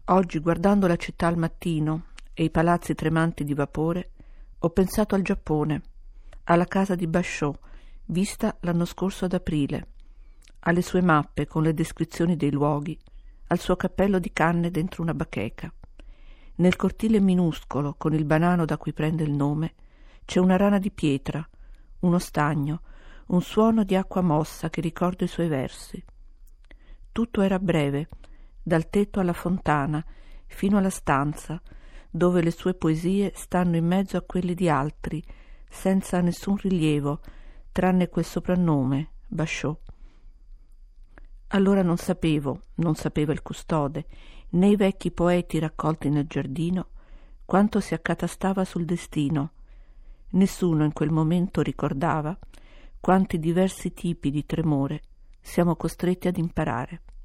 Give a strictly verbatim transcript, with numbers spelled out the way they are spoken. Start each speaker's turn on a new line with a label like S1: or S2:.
S1: Oggi, guardando la città al mattino e i palazzi tremanti di vapore, ho pensato al Giappone, alla casa di Basciò, vista l'anno scorso ad aprile, alle sue mappe con le descrizioni dei luoghi, al suo cappello di canne dentro una bacheca. Nel cortile minuscolo, con il banano da cui prende il nome, c'è una rana di pietra, uno stagno, un suono di acqua mossa che ricorda i suoi versi. Tutto era breve, dal tetto alla fontana, fino alla stanza, dove le sue poesie stanno in mezzo a quelle di altri, senza nessun rilievo, tranne quel soprannome, Basciò. Allora non sapevo, non sapeva il custode, né i vecchi poeti raccolti nel giardino, quanto si accatastava sul destino. Nessuno in quel momento ricordava quanti diversi tipi di tremore siamo costretti ad imparare.